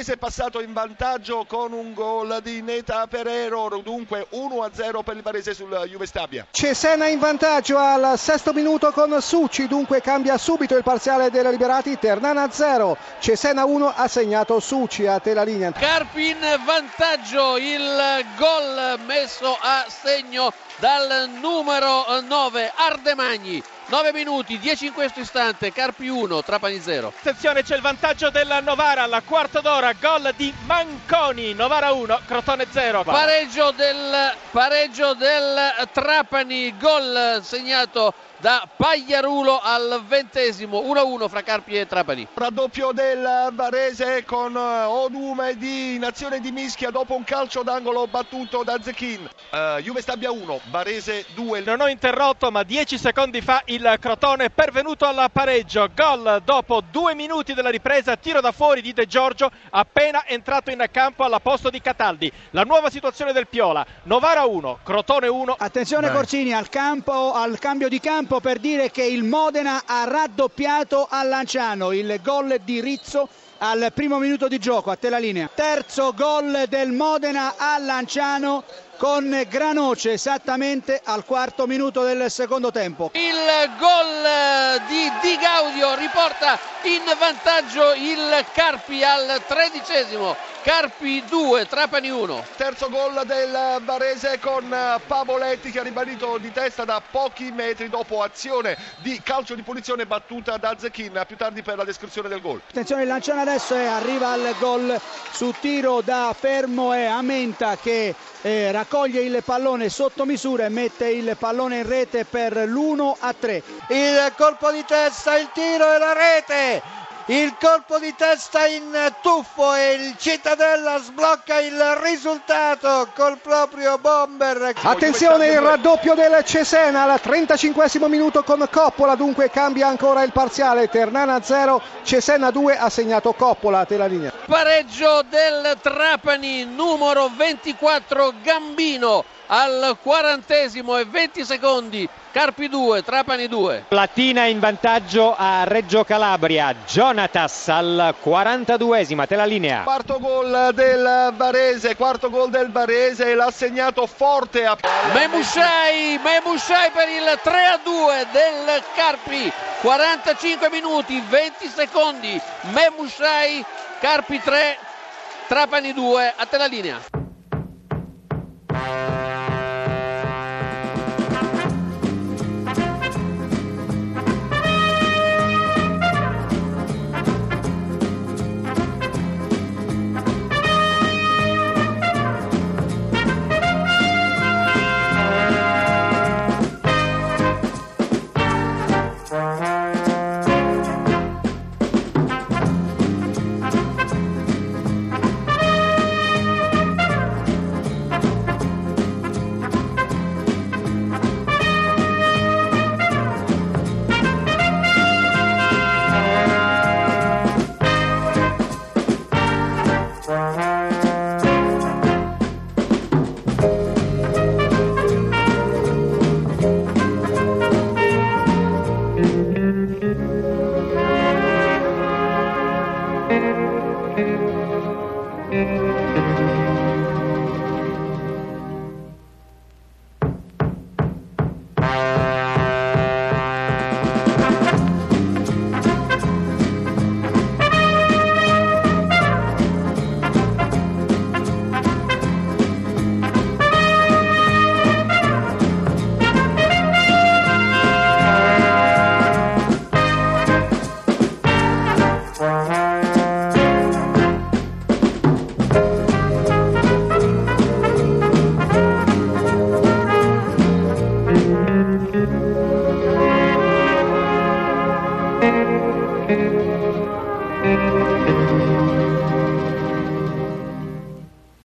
Varese è passato in vantaggio con un gol di Neta Perero, dunque 1-0 per il Varese sul Juve Stabia. Cesena in vantaggio al sesto minuto con Succi, dunque cambia subito il parziale dei Liberati. Ternana 0, Cesena 1, ha segnato Succi. A te la linea. Carpi in vantaggio, il gol messo a segno dal numero 9 Ardemagni. 9 minuti, 10 in questo istante, Carpi 1, Trapani 0. Attenzione, c'è il vantaggio del Novara alla quarta d'ora, gol di Manconi, Novara 1, Crotone 0. Pareggio del Trapani, gol segnato da Pagliarulo al 20esimo, 1-1 fra Carpi e Trapani. Raddoppio del Varese con Odumedi in azione di mischia dopo un calcio d'angolo battuto da Zecchin. Juve Stabia 1, Varese 2. Non ho interrotto, ma 10 secondi fa il Crotone è pervenuto al pareggio. Gol dopo 2 minuti della ripresa, tiro da fuori di De Giorgio appena entrato in campo alla posto di Cataldi. La nuova situazione del Piola, Novara 1, Crotone 1. Attenzione Corsini al cambio di campo per dire che il Modena ha raddoppiato a Lanciano, il gol di Rizzo al primo minuto di gioco. A te la linea. Terzo gol del Modena a Lanciano con Granoce esattamente al quarto minuto del secondo tempo. Il gol di Gaudio riporta in vantaggio il Carpi al 13esimo. Carpi 2, Trapani 1. Terzo gol del Varese con Pavoletti che ha ribadito di testa da pochi metri dopo azione di calcio di punizione battuta da Zecchin. Più tardi per la descrizione del gol. Attenzione il Lanciano adesso arriva al gol su tiro da fermo, e Amenta che raccoglie il pallone sotto misura e mette il pallone in rete per l'1-3. Il colpo di testa, il tiro e la rete. Il colpo di testa in tuffo e il Cittadella sblocca il risultato col proprio bomber. Attenzione il raddoppio del Cesena al 35esimo minuto con Coppola, dunque cambia ancora il parziale. Ternana 0, Cesena 2, ha segnato Coppola. A te la linea. Pareggio del Trapani, numero 24 Gambino al 40esimo e 20 secondi. Carpi 2, Trapani 2. Latina in vantaggio a Reggio Calabria, Jonatas al 42esimo, te la linea. Quarto gol del Varese, l'ha segnato forte a Memushai per il 3-2 del Carpi, 45 minuti, 20 secondi. Memushai, Carpi 3, Trapani 2, a te la linea.